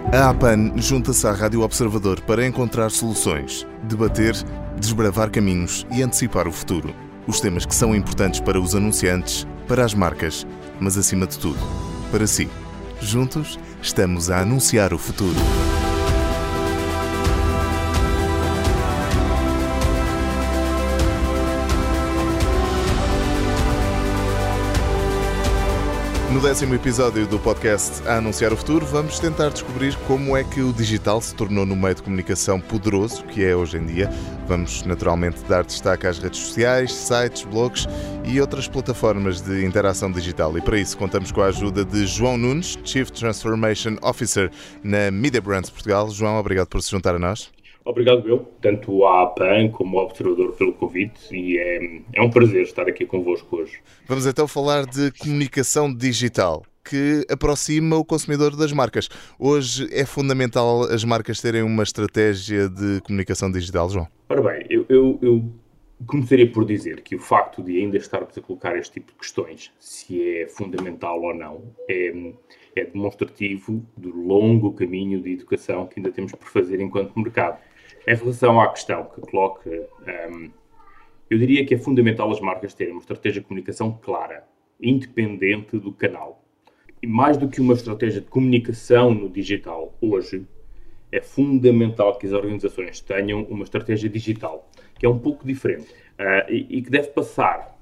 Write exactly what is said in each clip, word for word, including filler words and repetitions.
A APAN junta-se à Rádio Observador para encontrar soluções, debater, desbravar caminhos e antecipar o futuro. Os temas que são importantes para os anunciantes, para as marcas, mas acima de tudo, para si. Juntos, estamos a anunciar o futuro. No décimo episódio do podcast A Anunciar o Futuro, vamos tentar descobrir como é que o digital se tornou no meio de comunicação poderoso que é hoje em dia. Vamos naturalmente dar destaque às redes sociais, sites, blogs e outras plataformas de interação digital. E para isso contamos com a ajuda de João Nunes, Chief Transformation Officer na Media Brands Portugal. João, obrigado por se juntar a nós. Obrigado eu, tanto à APAN como ao Observador pelo convite, e é, é um prazer estar aqui convosco hoje. Vamos então falar de comunicação digital, que aproxima o consumidor das marcas. Hoje é fundamental as marcas terem uma estratégia de comunicação digital, João? Ora bem, eu, eu, eu começaria por dizer que o facto de ainda estarmos a colocar este tipo de questões, se é fundamental ou não, é, é demonstrativo do longo caminho de educação que ainda temos por fazer enquanto mercado. Em relação à questão que coloca, um, eu diria que é fundamental as marcas terem uma estratégia de comunicação clara, independente do canal. E mais do que uma estratégia de comunicação no digital, hoje, é fundamental que as organizações tenham uma estratégia digital, que é um pouco diferente, uh, e, e que deve passar,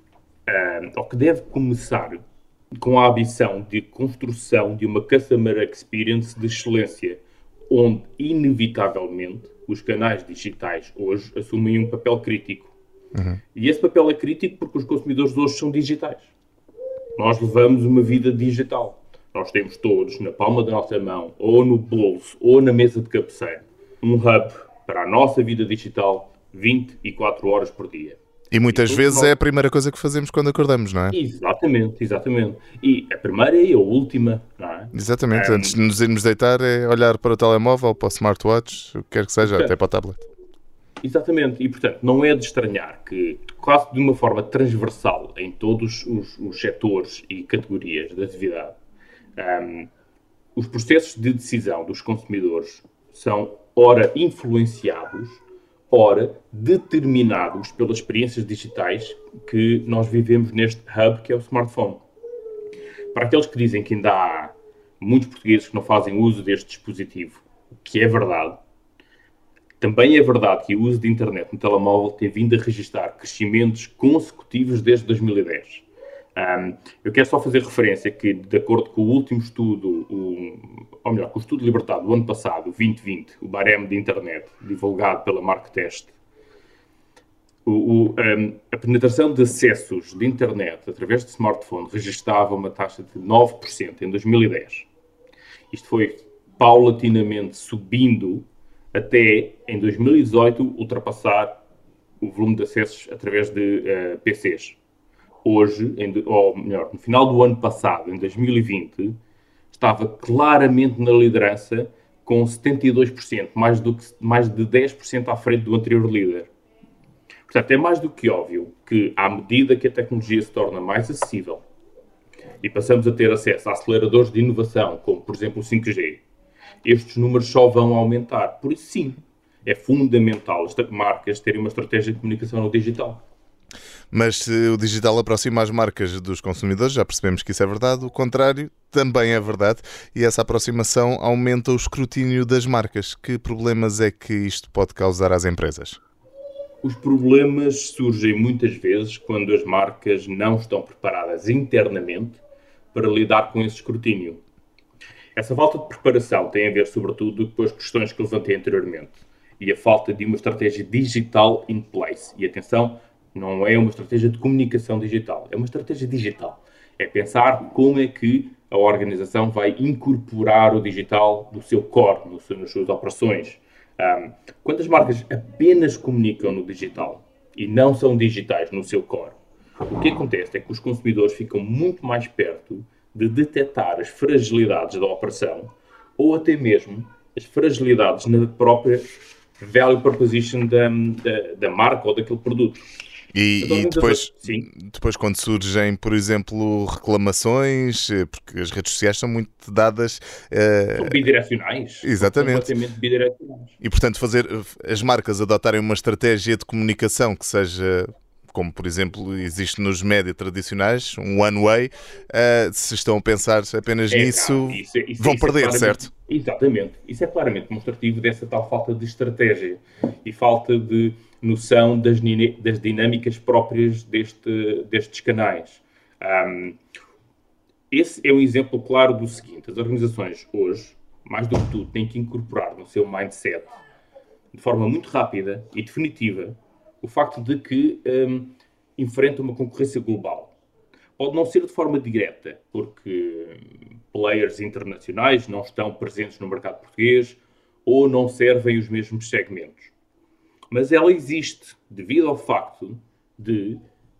uh, ou que deve começar com a ambição de construção de uma customer experience de excelência, onde, inevitavelmente, os canais digitais hoje assumem um papel crítico. Uhum. E esse papel é crítico porque os consumidores hoje são digitais. Nós levamos uma vida digital. Nós temos todos, na palma da nossa mão, ou no bolso, ou na mesa de cabeceira, um hub para a nossa vida digital vinte e quatro horas por dia. E muitas e vezes nós... é a primeira coisa que fazemos quando acordamos, não é? Exatamente, exatamente. E a primeira e a última, não é? Exatamente. Um... Antes de nos irmos deitar é olhar para o telemóvel, para o smartwatch, o que quer que seja, portanto, até para o tablet. Exatamente. E, portanto, não é de estranhar que, quase de uma forma transversal em todos os, os setores e categorias da atividade, um, os processos de decisão dos consumidores são, ora, influenciados, ora, determinados pelas experiências digitais que nós vivemos neste hub que é o smartphone. Para aqueles que dizem que ainda há muitos portugueses que não fazem uso deste dispositivo, o que é verdade, também é verdade que o uso de internet no telemóvel tem vindo a registrar crescimentos consecutivos desde dois mil e dez. Um, eu quero só fazer referência que, de acordo com o último estudo, o, ou melhor, com o estudo libertado do ano passado, vinte vinte, o baremo de internet, divulgado pela Marktest, o, o, um, a penetração de acessos de internet através de smartphone registrava uma taxa de nove por cento em dois mil e dez. Isto foi paulatinamente subindo até, em dois mil e dezoito, ultrapassar o volume de acessos através de uh, P Cs. Hoje, em, ou melhor, no final do ano passado, em dois mil e vinte, estava claramente na liderança com setenta e dois por cento, mais, do que, mais de dez por cento à frente do anterior líder. Portanto, é mais do que óbvio que, à medida que a tecnologia se torna mais acessível e passamos a ter acesso a aceleradores de inovação, como, por exemplo, o cinco G, estes números só vão aumentar. Por isso, sim, é fundamental as marcas terem uma estratégia de comunicação no digital. Mas se o digital aproxima as marcas dos consumidores, já percebemos que isso é verdade, o contrário também é verdade, e essa aproximação aumenta o escrutínio das marcas. Que problemas é que isto pode causar às empresas? Os problemas surgem muitas vezes quando as marcas não estão preparadas internamente para lidar com esse escrutínio. Essa falta de preparação tem a ver, sobretudo, com as questões que levantei anteriormente, e a falta de uma estratégia digital in place. E atenção, não é uma estratégia de comunicação digital, é uma estratégia digital. É pensar como é que a organização vai incorporar o digital do seu core, no seu, nas suas operações. Um, quando as marcas apenas comunicam no digital e não são digitais no seu core, o que acontece é que os consumidores ficam muito mais perto de detectar as fragilidades da operação ou até mesmo as fragilidades na própria value proposition da, da, da marca ou daquele produto. E, e depois, depois, quando surgem, por exemplo, reclamações, porque as redes sociais são muito dadas... Uh... São bidirecionais. Exatamente. São completamente bidirecionais. E, portanto, fazer as marcas adotarem uma estratégia de comunicação que seja... como, por exemplo, existe nos média tradicionais, um one-way, uh, se estão a pensar apenas é, nisso, não, isso, isso, vão isso perder, é certo? Exatamente. Isso é claramente demonstrativo dessa tal falta de estratégia e falta de noção das, das dinâmicas próprias deste, destes canais. Um, esse é um exemplo claro do seguinte: as organizações hoje, mais do que tudo, têm que incorporar no seu mindset, de forma muito rápida e definitiva, o facto de que um, enfrenta uma concorrência global. Pode não ser de forma direta, porque players internacionais não estão presentes no mercado português ou não servem os mesmos segmentos. Mas ela existe devido ao facto de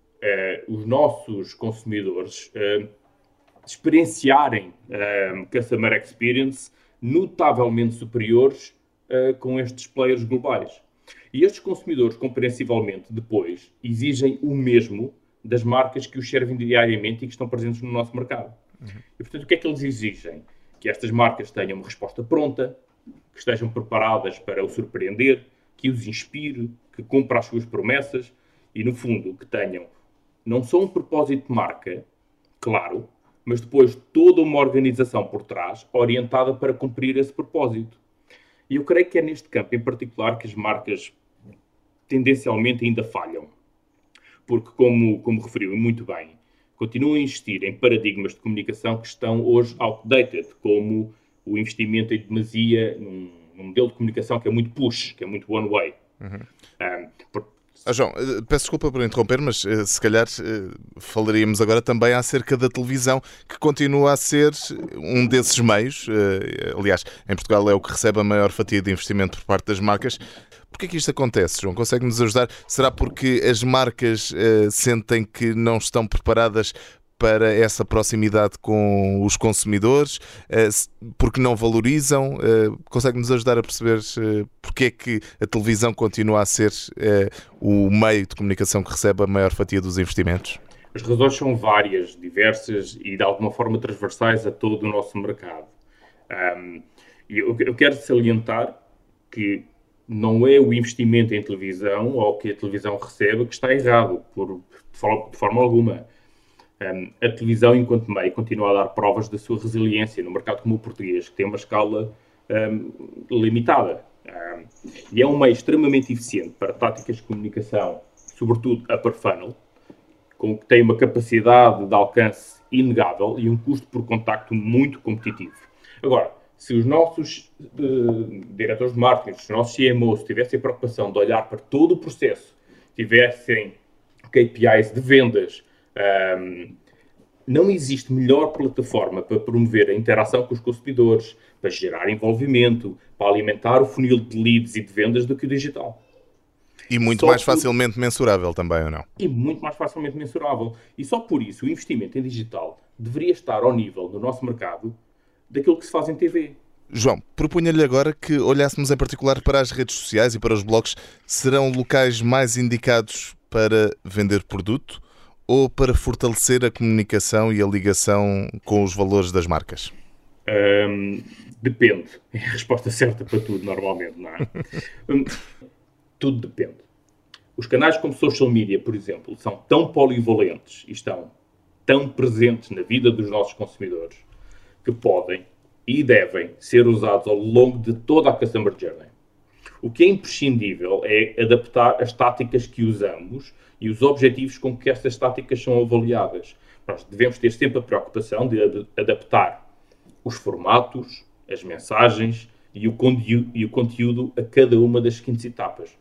uh, os nossos consumidores uh, experienciarem uh, customer experience notavelmente superiores uh, com estes players globais. E estes consumidores, compreensivelmente, depois, exigem o mesmo das marcas que os servem diariamente e que estão presentes no nosso mercado. Uhum. E, portanto, o que é que eles exigem? Que estas marcas tenham uma resposta pronta, que estejam preparadas para o surpreender, que os inspire, que cumpra as suas promessas e, no fundo, que tenham não só um propósito de marca, claro, mas depois toda uma organização por trás orientada para cumprir esse propósito. E eu creio que é neste campo, em particular, que as marcas tendencialmente ainda falham. Porque, como, como referiu muito bem, continuam a investir em paradigmas de comunicação que estão hoje outdated, como o investimento em demasia num, num modelo de comunicação que é muito push, que é muito one way. Uhum. Um, por... ah, João, peço desculpa por interromper, mas se calhar falaríamos agora também acerca da televisão, que continua a ser um desses meios. Aliás, em Portugal é o que recebe a maior fatia de investimento por parte das marcas. Porquê é que isto acontece, João? Consegue-nos ajudar? Será porque as marcas uh, sentem que não estão preparadas para essa proximidade com os consumidores? Uh, porque não valorizam? Uh, Consegue-nos ajudar a perceber uh, porque é que a televisão continua a ser uh, o meio de comunicação que recebe a maior fatia dos investimentos? As razões são várias, diversas e de alguma forma transversais a todo o nosso mercado. Um, eu, eu quero salientar que não é o investimento em televisão ou que a televisão recebe que está errado, por, de, forma, de forma alguma. Um, a televisão, enquanto meio, continua a dar provas da sua resiliência no mercado como o português, que tem uma escala um, limitada. Um, e é um meio extremamente eficiente para táticas de comunicação, sobretudo upper funnel, com que tem uma capacidade de alcance inegável e um custo por contacto muito competitivo. Agora, se os nossos uh, diretores de marketing, os nossos C M Os tivessem a preocupação de olhar para todo o processo, tivessem K P Is de vendas, um, não existe melhor plataforma para promover a interação com os consumidores, para gerar envolvimento, para alimentar o funil de leads e de vendas do que o digital. E muito só mais por... facilmente mensurável também, ou não? E muito mais facilmente mensurável. E só por isso o investimento em digital deveria estar ao nível do nosso mercado daquilo que se faz em T V. João, propunha-lhe agora que olhássemos em particular para as redes sociais e para os blogs. Serão locais mais indicados para vender produto ou para fortalecer a comunicação e a ligação com os valores das marcas? Um, depende. É a resposta certa para tudo, normalmente, não é? um, tudo depende. Os canais como social media, por exemplo, são tão polivalentes e estão tão presentes na vida dos nossos consumidores que podem e devem ser usados ao longo de toda a Customer Journey. O que é imprescindível é adaptar as táticas que usamos e os objetivos com que essas táticas são avaliadas. Nós devemos ter sempre a preocupação de ad- adaptar os formatos, as mensagens e o, conteúdo, e o conteúdo a cada uma das seguintes etapas.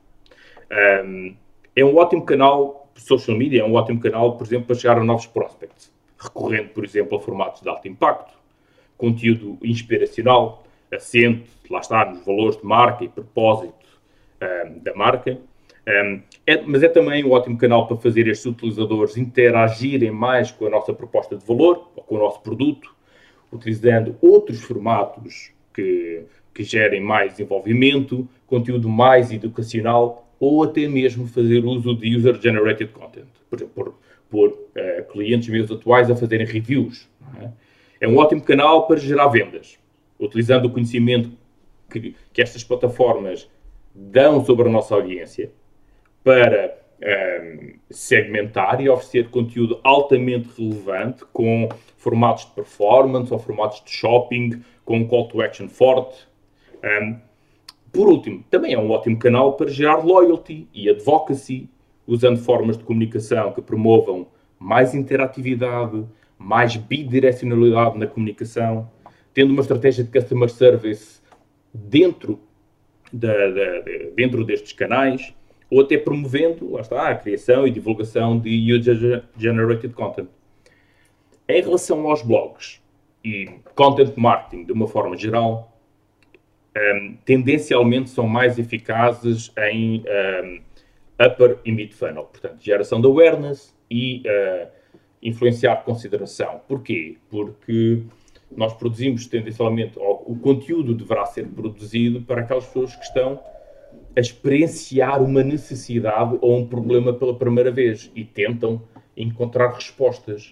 Um, é um ótimo canal, social media é um ótimo canal, por exemplo, para chegar a novos prospects, recorrendo, por exemplo, a formatos de alto impacto, conteúdo inspiracional, assente, lá está, nos valores de marca e propósito um, da marca. Um, é, mas é também um ótimo canal para fazer estes utilizadores interagirem mais com a nossa proposta de valor ou com o nosso produto, utilizando outros formatos que, que gerem mais envolvimento, conteúdo mais educacional ou até mesmo fazer uso de user-generated content, por exemplo, por, por uh, clientes meus atuais a fazerem reviews. Não é? É um ótimo canal para gerar vendas, utilizando o conhecimento que, que estas plataformas dão sobre a nossa audiência para um, segmentar e oferecer conteúdo altamente relevante com formatos de performance ou formatos de shopping, com um call to action forte. Um, por último, também é um ótimo canal para gerar loyalty e advocacy, usando formas de comunicação que promovam mais interatividade, mais bidirecionalidade na comunicação, tendo uma estratégia de customer service dentro, da, da, de, dentro destes canais, ou até promovendo, lá está, a criação e divulgação de user-generated content. Em relação aos blogs e content marketing, de uma forma geral, um, tendencialmente são mais eficazes em um, upper e mid funnel, portanto, geração de awareness e uh, influenciar consideração. Porquê? Porque nós produzimos tendencialmente, ou o conteúdo deverá ser produzido para aquelas pessoas que estão a experienciar uma necessidade ou um problema pela primeira vez e tentam encontrar respostas.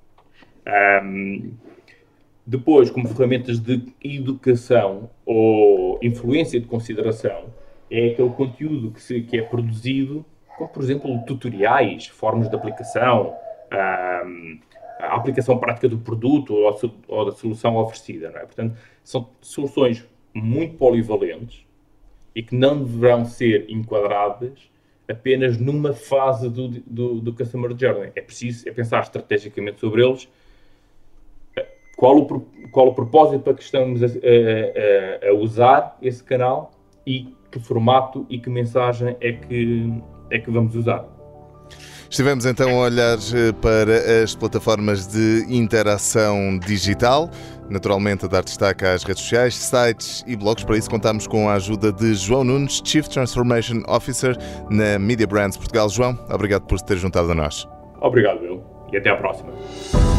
Um, depois, como ferramentas de educação ou influência de consideração, é aquele conteúdo que, se, que é produzido, como por exemplo tutoriais, formas de aplicação, um, a aplicação prática do produto ou, a, ou da solução oferecida. Não é? Portanto, são soluções muito polivalentes e que não deverão ser enquadradas apenas numa fase do, do, do Customer Journey. É preciso é pensar estrategicamente sobre eles, qual o, qual o propósito para que estamos a, a, a usar esse canal e que formato e que mensagem é que, é que vamos usar. Estivemos então a olhar para as plataformas de interação digital, naturalmente a dar destaque às redes sociais, sites e blogs. Para isso contamos com a ajuda de João Nunes, Chief Transformation Officer na Media Brands Portugal. João, obrigado por se ter juntado a nós. Obrigado, eu, e até à próxima.